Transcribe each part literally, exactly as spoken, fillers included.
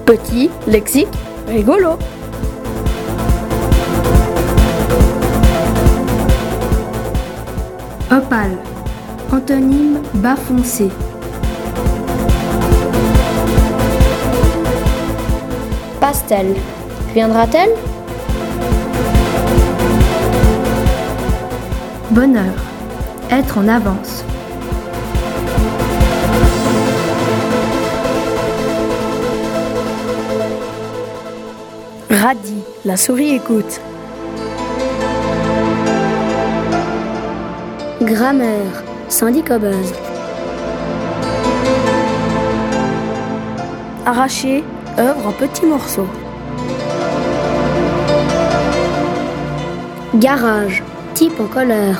Petit, lexique, rigolo. Opale, antonyme bas foncé. Pastel, viendra-t-elle? Bonheur, être en avance. Radis, la souris écoute. Grammaire, syndicobeuse. Arraché, œuvre en petits morceaux. Garage, type en colère.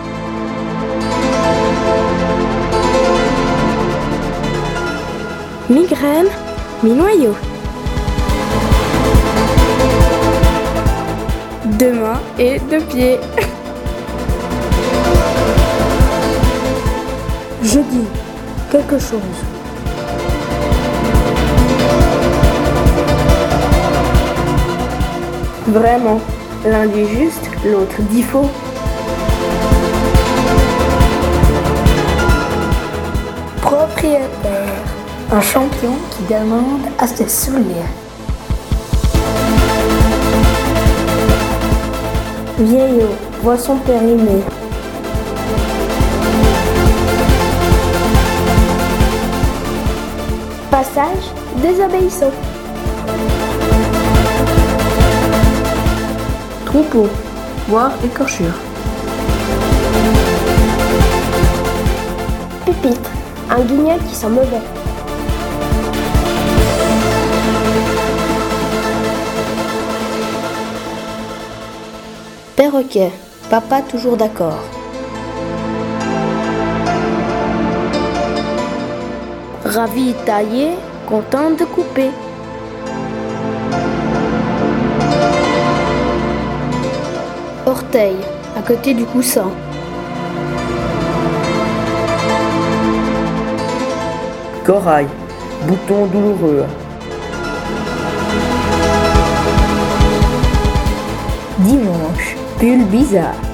Migraine, mi-noyau. Deux mains et deux pieds. Je dis quelque chose. Vraiment, l'un dit juste, l'autre dit faux. Propriétaire, un champion qui demande à se saouler. Vieillot, boisson périmée. Passage désobéissant. Troupeau, voire écorchure. Pupitre, un guignol qui sent mauvais. Perroquet, papa toujours d'accord. Ravi taillé, content de couper. Orteil, à côté du coussin. Corail, bouton douloureux. Dimanche, pull bizarre.